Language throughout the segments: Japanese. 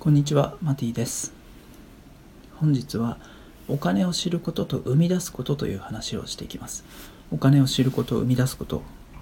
こんにちは、マティです。本日はお金を知ることと生み出すことという話をしていきます。お金を知ること、生み出すこと。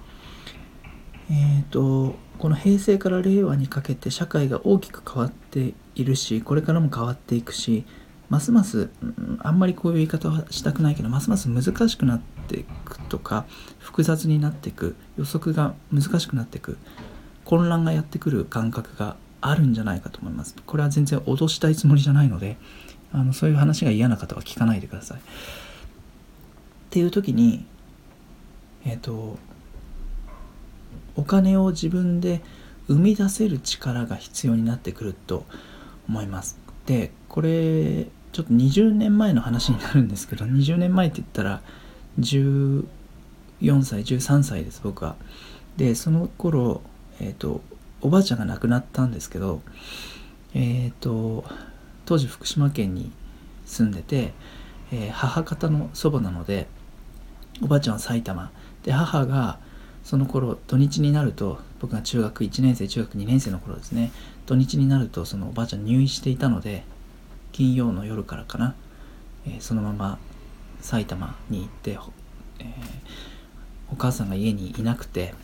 この平成から令和にかけて社会が大きく変わっているし、これからも変わっていくし、ますますあんまりこういう言い方はしたくないけど、ますます難しくなっていくとか、複雑になっていく、予測が難しくなっていく、混乱がやってくる感覚があるんじゃないかと思います。これは全然脅したいつもりじゃないので、そういう話が嫌な方は聞かないでください。っていう時に、お金を自分で生み出せる力が必要になってくると思います。で、これちょっと20年前の話になるんですけど、20年前って言ったら14歳、13歳です、僕は。で、その頃、おばあちゃんが亡くなったんですけど、当時福島県に住んでて、母方の祖母なので、おばあちゃんは埼玉で、母がその頃土日になると、僕が中学1年生中学2年生の頃ですね、土日になるとそのおばあちゃん入院していたので、金曜の夜からかな、そのまま埼玉に行って、お母さんが家にいなくて、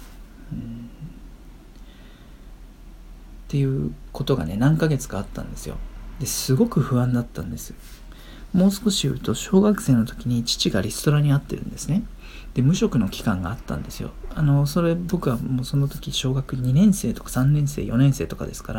っていうことがね、何ヶ月かあったんですよ。ですごく不安だったんです。もう少し言うと、小学生の時に父がリストラに遭ってるんですね。で、無職の期間があったんですよ。それ僕はもうその時小学2年生とか3年生4年生とかですから、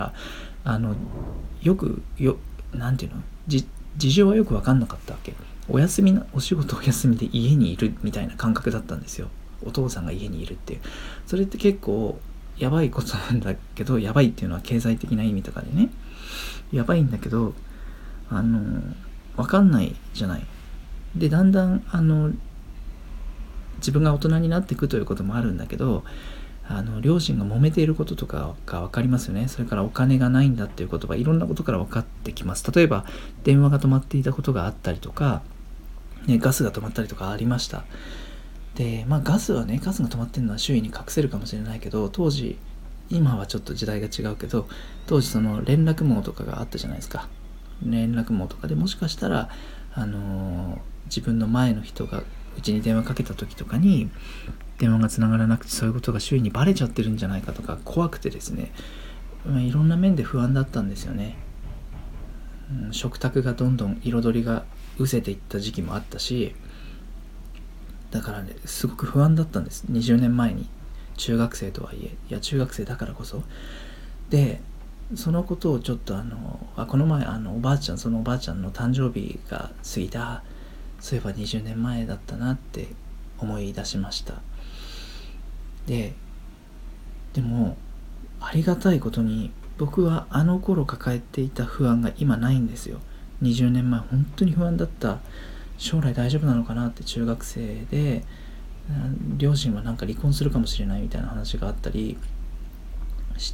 なんていうの、事情はよく分かんなかったわけ。お仕事お休みで家にいるみたいな感覚だったんですよ。お父さんが家にいるっていう。それって結構やばいことなんだけど、やばいっていうのは経済的な意味とかでね、やばいんだけど、分かんないじゃない。で、だんだん自分が大人になっていくということもあるんだけど、両親が揉めていることとかが分かりますよね。それからお金がないんだっていうことがいろんなことから分かってきます。例えば電話が止まっていたことがあったりとか、ガスが止まったりとかありました。で、ガスが止まってるのは周囲に隠せるかもしれないけど、当時、今はちょっと時代が違うけど、当時その連絡網とかがあったじゃないですか。連絡網とかでもしかしたら、自分の前の人がうちに電話かけた時とかに電話がつながらなくて、そういうことが周囲にバレちゃってるんじゃないかとか怖くてですね、いろんな面で不安だったんですよね。食卓がどんどん彩りが失せていった時期もあったし、だからね、すごく不安だったんです。20年前に、中学生とはいえ、いや中学生だからこそ。で、そのことをちょっとこの前そのおばあちゃんの誕生日が過ぎた、そういえば20年前だったなって思い出しました。でもありがたいことに、僕はあの頃抱えていた不安が今ないんですよ。20年前本当に不安だった。将来大丈夫なのかなって、中学生で両親はなんか離婚するかもしれないみたいな話があったりして、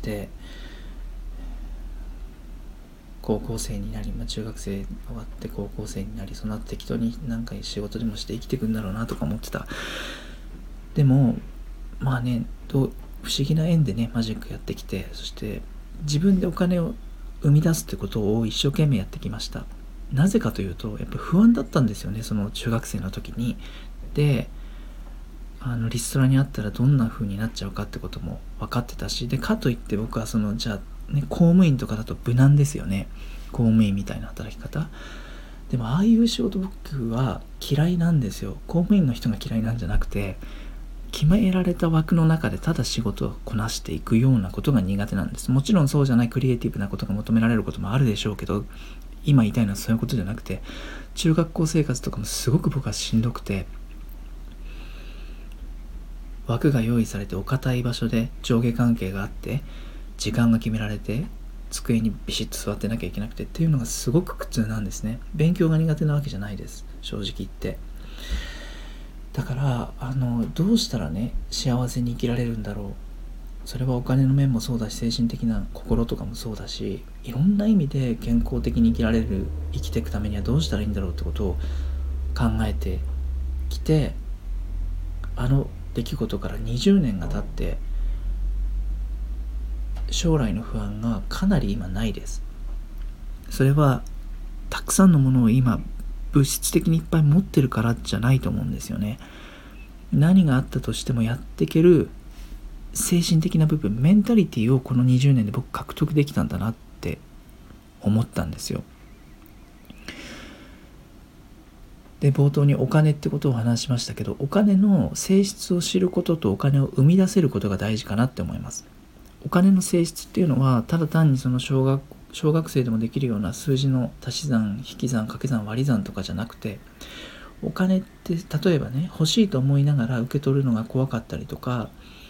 高校生になり、中学生終わって高校生になり、その後適当になんか仕事でもして生きていくんだろうなとか思ってた。でも不思議な縁でね、マジックやってきて、そして自分でお金を生み出すってことを一生懸命やってきました。なぜかというと、やっぱ不安だったんですよね、その中学生の時に。で、リストラにあったらどんな風になっちゃうかってことも分かってたし、でかといって僕はじゃあね、公務員とかだと無難ですよね、公務員みたいな働き方。でもああいう仕事僕は嫌いなんですよ。公務員の人が嫌いなんじゃなくて、決められた枠の中でただ仕事をこなしていくようなことが苦手なんです。もちろんそうじゃないクリエイティブなことが求められることもあるでしょうけど、今言いたいのはそういうことじゃなくて、中学校生活とかもすごく僕はしんどくて、枠が用意されてお堅い場所で上下関係があって、時間が決められて机にビシッと座ってなきゃいけなくてっていうのがすごく苦痛なんですね。勉強が苦手なわけじゃないです、正直言って。だからどうしたらね、幸せに生きられるんだろう。それはお金の面もそうだし、精神的な心とかもそうだし、いろんな意味で健康的に生きていくためにはどうしたらいいんだろうってことを考えてきて、出来事から20年が経って、将来の不安がかなり今ないです。 それはたくさんのものを今物質的にいっぱい持ってるからじゃないと思うんですよね。何があったとしてもやっていける精神的な部分、メンタリティをこの20年で僕獲得できたんだなって思ったんですよ。で、冒頭にお金ってことを話しましたけど、お金の性質を知ることとお金を生み出せることが大事かなって思います。お金の性質っていうのはただ単にその小学生でもできるような数字の足し算、引き算、掛け算、割り算とかじゃなくて、お金って例えばね、欲しいと思いながら受け取るのが怖かったりとか、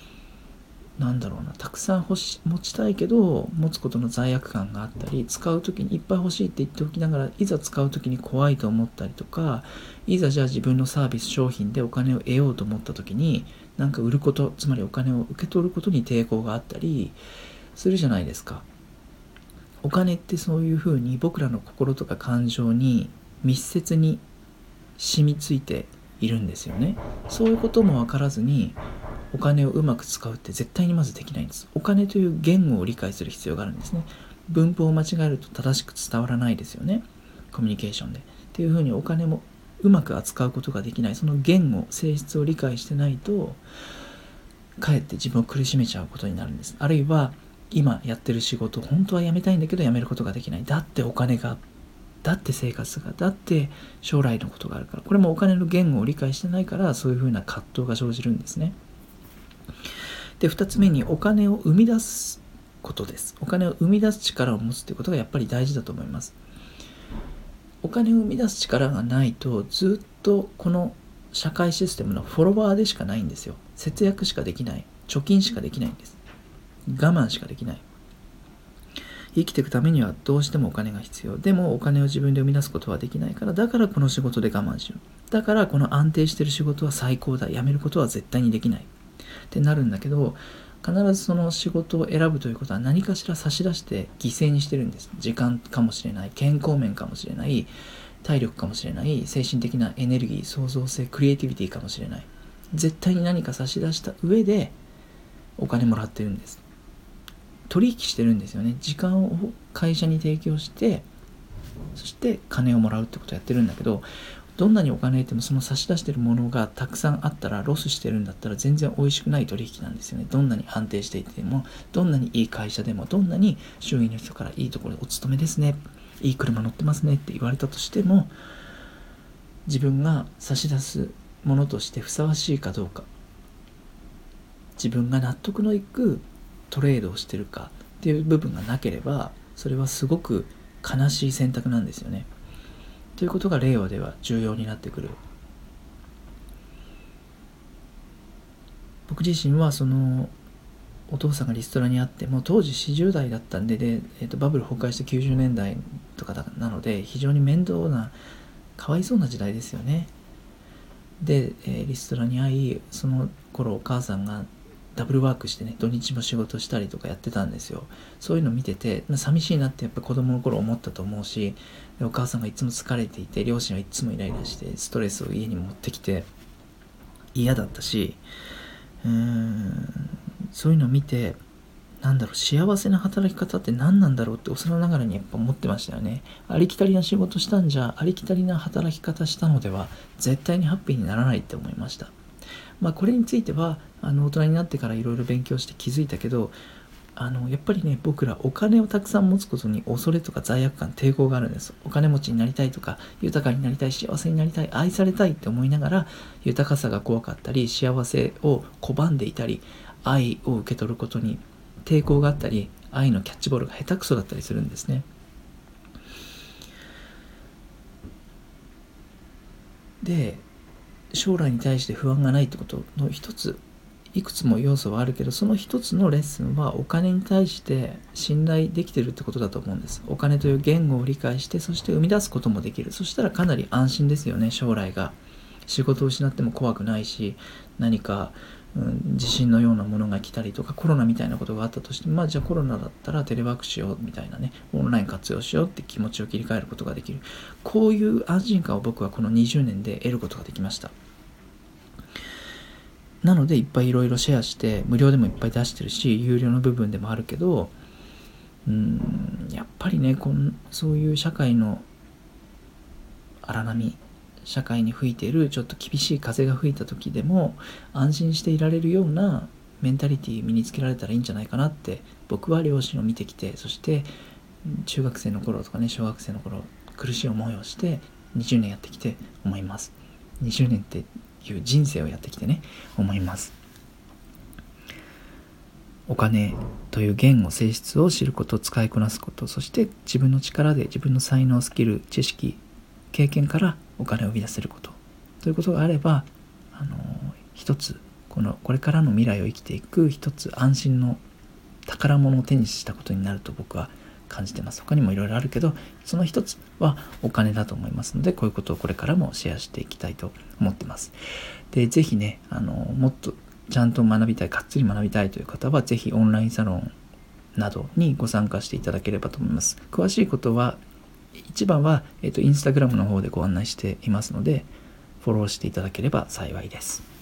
たくさん持ちたいけど持つことの罪悪感があったり、使う時にいっぱい欲しいって言っておきながらいざ使う時に怖いと思ったりとか、いざじゃあ自分のサービス商品でお金を得ようと思った時に売ること、つまりお金を受け取ることに抵抗があったりするじゃないですか。お金ってそういうふうに僕らの心とか感情に密接に染みついているんですよね。そういうことも分からずにお金をうまく使うって絶対にまずできないんです。お金という言語を理解する必要があるんですね。文法を間違えると正しく伝わらないですよね、コミュニケーションで。っていうふうにお金もうまく扱うことができない、その言語、性質を理解してないとかえって自分を苦しめちゃうことになるんです。あるいは今やってる仕事、本当は辞めたいんだけど辞めることができない。だってお金が、だって生活が、だって将来のことがあるから。これもお金の言語を理解してないから、そういうふうな葛藤が生じるんですね。で、2つ目にお金を生み出すことです。お金を生み出す力を持つということがやっぱり大事だと思います。お金を生み出す力がないと、ずっとこの社会システムのフォロワーでしかないんですよ。節約しかできない、貯金しかできないんです。我慢しかできない。生きていくためにはどうしてもお金が必要。でもお金を自分で生み出すことはできないから、だからこの仕事で我慢しよう。だからこの安定している仕事は最高だ。辞めることは絶対にできないってなるんだけど、必ずその仕事を選ぶということは何かしら差し出して犠牲にしてるんです。時間かもしれない、健康面かもしれない、体力かもしれない、精神的なエネルギー、創造性、クリエイティビティかもしれない。絶対に何か差し出した上でお金もらってるんです。取引してるんですよね。時間を会社に提供して、そして金をもらうってことをやってるんだけど、どんなにお金得てもその差し出してるものがたくさんあったら、ロスしてるんだったら全然美味しくない取引なんですよね。どんなに安定していても、どんなにいい会社でも、どんなに周囲の人からいいところでお勤めですね、いい車乗ってますねって言われたとしても、自分が差し出すものとしてふさわしいかどうか、自分が納得のいくトレードをしてるかっていう部分がなければ、それはすごく悲しい選択なんですよね。ということが令和では重要になってくる。僕自身はそのお父さんがリストラにあって、もう当時40代だったんで、バブル崩壊して90年代とかなので、非常に面倒な、かわいそうな時代ですよね。で、リストラに遭い、その頃お母さんがダブルワークしてね、土日も仕事したりとかやってたんですよ。そういうの見てて、寂しいなってやっぱ子供の頃思ったと思うし、お母さんがいつも疲れていて、両親はいつもイライラして、ストレスを家に持ってきて嫌だったし、そういうのを見て、幸せな働き方って何なんだろうって幼ながらにやっぱ思ってましたよね。ありきたりな仕事したんじゃ、ありきたりな働き方したのでは絶対にハッピーにならないって思いました。これについては大人になってからいろいろ勉強して気づいたけど、やっぱりね、僕らお金をたくさん持つことに恐れとか罪悪感、抵抗があるんです。お金持ちになりたいとか、豊かになりたい、幸せになりたい、愛されたいって思いながら、豊かさが怖かったり、幸せを拒んでいたり、愛を受け取ることに抵抗があったり、愛のキャッチボールが下手くそだったりするんですね。で、将来に対して不安がないってことの一つ、いくつも要素はあるけど、その一つのレッスンはお金に対して信頼できてるってことだと思うんです。お金という言語を理解して、そして生み出すこともできる。そしたらかなり安心ですよね。将来が仕事を失っても怖くないし、何か、地震のようなものが来たりとか、コロナみたいなことがあったとしても、じゃあコロナだったらテレワークしようみたいなね、オンライン活用しようって気持ちを切り替えることができる。こういう安心感を僕はこの20年で得ることができました。なのでいっぱいいろいろシェアして、無料でもいっぱい出してるし、有料の部分でもあるけど、 やっぱりねそういう社会の荒波、社会に吹いているちょっと厳しい風が吹いた時でも安心していられるようなメンタリティ身につけられたらいいんじゃないかなって、僕は両親を見てきて、そして中学生の頃とかね、小学生の頃苦しい思いをして20年やってきて思います。20年っていう人生をやってきてね思います。お金という言語、性質を知ること、使いこなすこと、そして自分の力で自分の才能、スキル、知識、経験からお金を生み出せることということがあれば、一つこれからの未来を生きていく一つ安心の宝物を手にしたことになると僕は感じてます。他にもいろいろあるけど、その一つはお金だと思いますので、こういうことをこれからもシェアしていきたいと思ってます。で、ぜひね、もっとちゃんと学びたい、がっつり学びたいという方は、ぜひオンラインサロンなどにご参加していただければと思います。詳しいことは、一番は、インスタグラムの方でご案内していますので、フォローしていただければ幸いです。